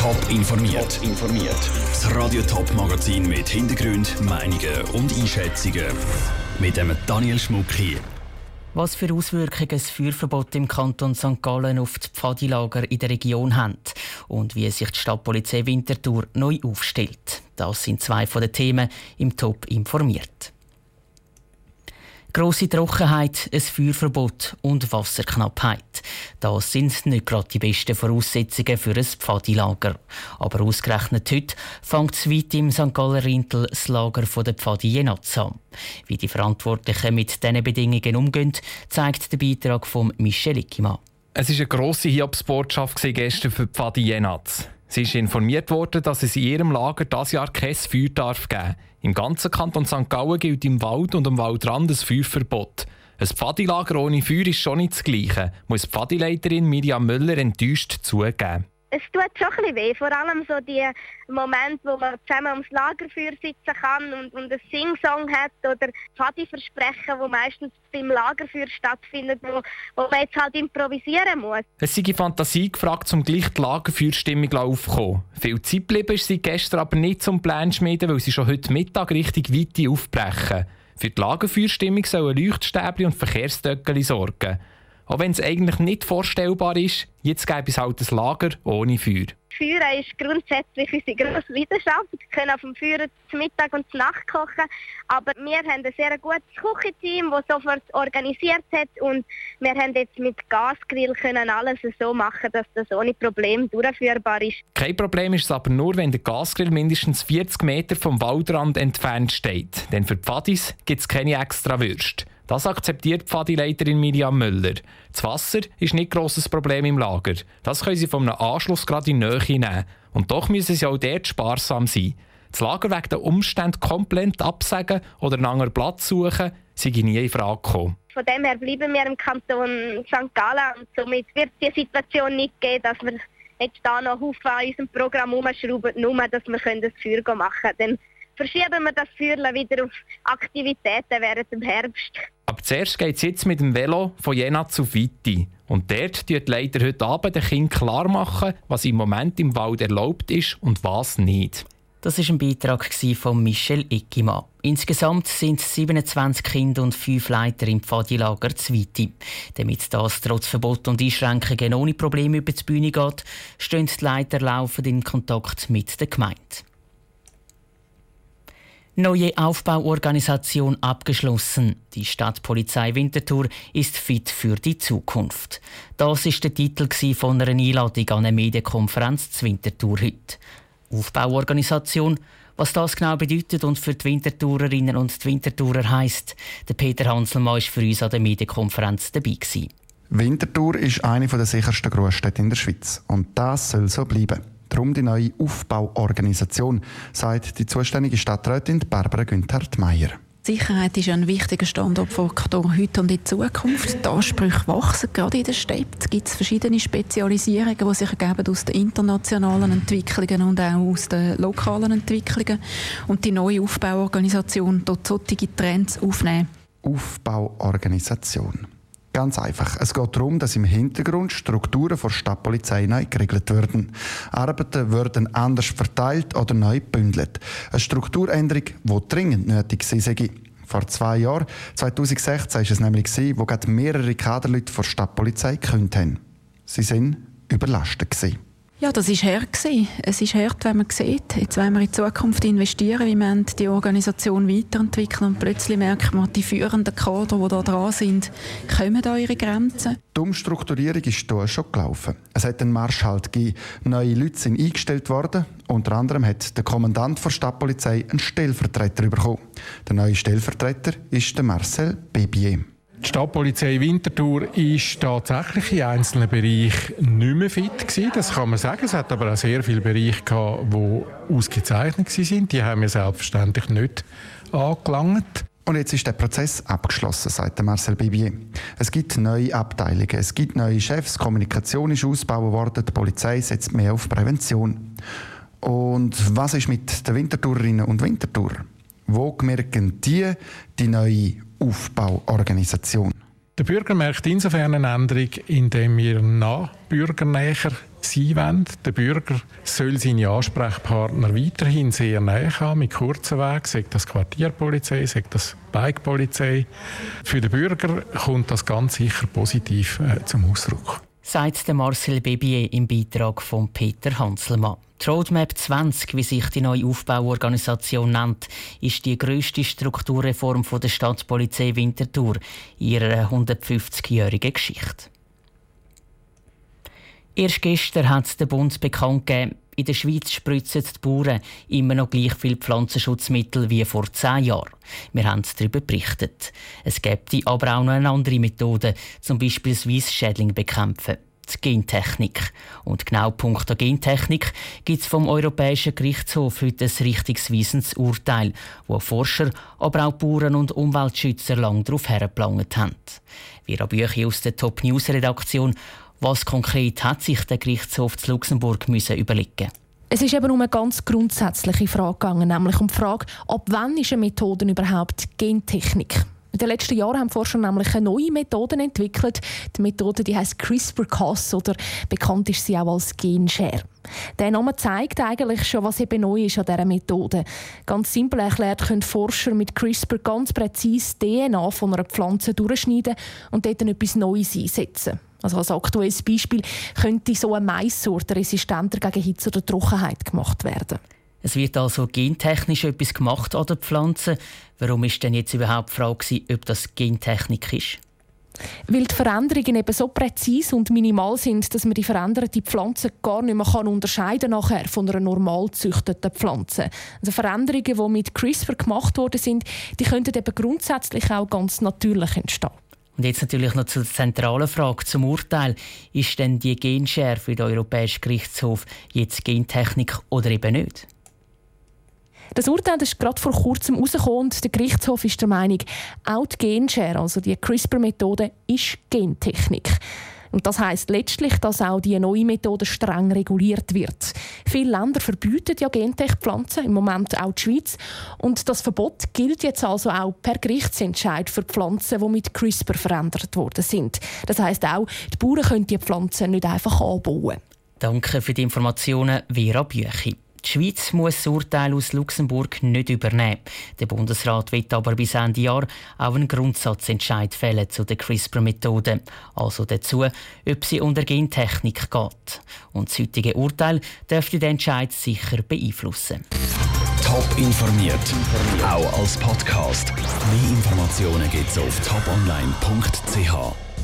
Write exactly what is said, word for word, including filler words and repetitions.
Top informiert. informiert. Das Radio Top Magazin mit Hintergrund, Meinungen und Einschätzungen mit dem Daniel Schmuck hier. Was für Auswirkungen das Feuerverbot im Kanton Sankt Gallen auf die Pfadilager in der Region hat und wie sich die Stadtpolizei Winterthur neu aufstellt. Das sind zwei von den Themen im Top informiert. Grosse Trockenheit, ein Feuerverbot und Wasserknappheit. Das sind nicht gerade die besten Voraussetzungen für ein Pfadilager. Aber ausgerechnet heute fängt es weit im Sankt Galler Rintel das Lager der Pfadi Jenatz an. Wie die Verantwortlichen mit diesen Bedingungen umgehen, zeigt der Beitrag von Michel Ickimann. Es war eine grosse Hiobsbotschaft gestern für Pfadi Jenatz. Sie ist informiert worden, dass es in ihrem Lager dieses Jahr kein Feuer darf geben. Im ganzen Kanton Sankt Gallen gilt im Wald und am Waldrand ein Feuerverbot. Ein Pfadilager ohne Feuer ist schon nicht das Gleiche, muss die Pfadileiterin Miriam Müller enttäuscht zugeben. Es tut schon ein bisschen weh, vor allem so die Momente, wo man zusammen ums Lagerfeuer sitzen kann und, und einen Sing-Song hat oder Pfadi-Versprechen, die meistens beim Lagerfeuer stattfinden, wo, wo man jetzt halt improvisieren muss. Es sei Fantasie gefragt, um gleich die Lagerfeuerstimmung aufzukommen. Viel Zeit geblieben ist sie gestern aber nicht zum Plan schmieden, weil sie schon heute Mittag Richtung Weite aufbrechen. Für die Lagerfeuerstimmung sollen Leuchtstäbchen und Verkehrstöckchen sorgen. Auch wenn es eigentlich nicht vorstellbar ist, jetzt gäbe es halt ein Lager ohne Feuer. Feuer ist grundsätzlich unsere grosse Leidenschaft. Wir können auf dem Feuer zum Mittag und zur Nacht kochen. Aber wir haben ein sehr gutes Küchenteam, das sofort organisiert hat. Und wir haben jetzt mit Gasgrill können alles so machen, dass das ohne Problem durchführbar ist. Kein Problem ist es aber nur, wenn der Gasgrill mindestens vierzig Meter vom Waldrand entfernt steht. Denn für die Pfadis gibt es keine extra Würste. Das akzeptiert die Pfadileiterin Miriam Müller. Das Wasser ist nicht ein grosses Problem im Lager. Das können sie von einem Anschluss gerade in die Nähe nehmen. Und doch müssen sie auch dort sparsam sein. Das Lager wegen der Umstände komplett absagen oder einen anderen Platz suchen, sei nie in Frage gekommen. Von dem her bleiben wir im Kanton Sankt Gallen und somit wird es die Situation nicht geben, dass wir jetzt da noch Haufen an unserem Programm herumschrauben, nur dass wir das Feuer machen können. Dann verschieben wir das Feuer wieder auf Aktivitäten während dem Herbst. Aber zuerst geht es jetzt mit dem Velo von Jenatz auf Weite. Und dort machen die Leiter heute Abend den Kindern klar machen, was im Moment im Wald erlaubt ist und was nicht. Das war ein Beitrag von Michel Ickimann. Insgesamt sind siebenundzwanzig Kinder und fünf Leiter im Pfadilager zu Weite. Damit das trotz Verbot und Einschränkungen ohne Probleme über die Bühne geht, stehen die Leiter laufend in Kontakt mit der Gemeinde. Neue Aufbauorganisation abgeschlossen. Die Stadtpolizei Winterthur ist fit für die Zukunft. Das ist der Titel von einer Einladung an eine Medienkonferenz zu Winterthur heute. Aufbauorganisation, was das genau bedeutet und für die Winterthurerinnen und die Winterthurer heisst, der Peter Hanselmann war für uns an der Medienkonferenz dabei gewesen. Winterthur ist eine der sichersten Großstädte in der Schweiz und das soll so bleiben. Darum die neue Aufbauorganisation, sagt die zuständige Stadträtin Barbara Günthert-Meyer. Sicherheit ist ein wichtiger Standortfaktor heute und in Zukunft. Die Ansprüche wachsen, gerade in der Stadt. Es gibt verschiedene Spezialisierungen, die sich ergeben aus den internationalen Entwicklungen und auch aus den lokalen Entwicklungen. Und die neue Aufbauorganisation wird solche Trends aufnehmen. Aufbauorganisation. Ganz einfach. Es geht darum, dass im Hintergrund Strukturen der Stadtpolizei neu geregelt werden. Arbeiten werden anders verteilt oder neu gebündelt. Eine Strukturänderung, die dringend nötig sei. Vor zwei Jahren, zwanzig sechzehn, war es nämlich, wo gerade mehrere Kaderleute der Stadtpolizei gekündigt haben. Sie waren überlastet. Ja, das war hart. Es ist hart, wenn man sieht, jetzt wollen wir in die Zukunft investieren, wie wir die Organisation weiterentwickeln und plötzlich merkt man, die führenden Kader, die da dran sind, kommen an ihre Grenzen. Die Umstrukturierung ist hier schon gelaufen. Es hat einen Marschhalt gegeben. Neue Leute sind eingestellt worden. Unter anderem hat der Kommandant der Stadtpolizei einen Stellvertreter bekommen. Der neue Stellvertreter ist der Marcel Bebier. Die Stadtpolizei Winterthur war tatsächlich in einzelnen Bereichen nicht mehr fit gewesen. Das kann man sagen. Es hat aber auch sehr viele Bereiche gehabt, die ausgezeichnet waren. Die haben wir selbstverständlich nicht angelangt. Und jetzt ist der Prozess abgeschlossen, sagt Marcel Bebier. Es gibt neue Abteilungen, es gibt neue Chefs, Kommunikation ist ausgebaut worden, die Polizei setzt mehr auf Prävention. Und was ist mit den Winterthurerinnen und Winterthur? Wo merken die die neue Aufbauorganisation? Der Bürger merkt insofern eine Änderung, indem wir nah bürgernäher sein wollen. Der Bürger soll seine Ansprechpartner weiterhin sehr nahe haben, mit kurzen Wegen, sei das Quartierpolizei, sei das Bikepolizei. Für den Bürger kommt das ganz sicher positiv äh, zum Ausdruck. Sagt Marcel Bebier im Beitrag von Peter Hanselmann. Die Roadmap zwanzig, wie sich die neue Aufbauorganisation nennt, ist die grösste Strukturreform der Stadtpolizei Winterthur in ihrer hundertfünfzigjährigen Geschichte. Erst gestern hat der Bund bekannt gegeben, in der Schweiz spritzen die Bauern immer noch gleich viel Pflanzenschutzmittel wie vor zehn Jahren. Wir haben darüber berichtet. Es gibt aber auch noch eine andere Methode, zum Beispiel das Weissschädling bekämpfen. Die Gentechnik. Und genau punkto Gentechnik gibt es vom Europäischen Gerichtshof heute ein richtungsweisendes Urteil, wo Forscher, aber auch Bauern und Umweltschützer lange darauf hergeplangt haben. Vera Büchi aus der Top News Redaktion. Was konkret hat sich der Gerichtshof zu Luxemburg müssen überlegen? Es ist eben um eine ganz grundsätzliche Frage gegangen, nämlich um die Frage, ab wann ist eine Methode überhaupt Gentechnik? In den letzten Jahren haben Forscher nämlich eine neue Methode entwickelt. Die Methode die heisst CRISPR Cas oder bekannt ist sie auch als Genschere. Der Name zeigt eigentlich schon, was eben neu ist an dieser Methode. Ganz simpel erklärt können Forscher mit CRISPR ganz präzise die D N A von einer Pflanze durchschneiden und dort etwas Neues einsetzen. Also als aktuelles Beispiel könnte so eine Maissorte resistenter gegen Hitze oder Trockenheit gemacht werden. Es wird also gentechnisch etwas gemacht an der Pflanze. Warum ist denn jetzt überhaupt die Frage, ob das Gentechnik ist? Weil die Veränderungen eben so präzise und minimal sind, dass man die veränderte Pflanze gar nicht mehr unterscheiden kann nachher von einer normal gezüchteten Pflanze. Also Veränderungen, die mit CRISPR gemacht worden sind, die könnten eben grundsätzlich auch ganz natürlich entstehen. Und jetzt natürlich noch zur zentralen Frage zum Urteil. Ist denn die Genschere für den Europäischen Gerichtshof jetzt Gentechnik oder eben nicht? Das Urteil ist gerade vor kurzem herausgekommen und der Gerichtshof ist der Meinung, auch die Genschere, also die CRISPR-Methode, ist Gentechnik. Und das heisst letztlich, dass auch die neue Methode streng reguliert wird. Viele Länder verbieten ja Gentech-Pflanzen, im Moment auch die Schweiz. Und das Verbot gilt jetzt also auch per Gerichtsentscheid für Pflanzen, die mit CRISPR verändert worden sind. Das heisst auch, die Bauern können die Pflanzen nicht einfach anbauen. Danke für die Informationen, Vera Büchi. Die Schweiz muss das Urteil aus Luxemburg nicht übernehmen. Der Bundesrat wird aber bis Ende Jahr auch einen Grundsatzentscheid fällen zu der CRISPR-Methode, also dazu, ob sie unter Gentechnik geht. Und das heutige Urteil dürfte den Entscheid sicher beeinflussen. Top informiert, auch als Podcast. Mehr Informationen gibt es auf top online punkt c h.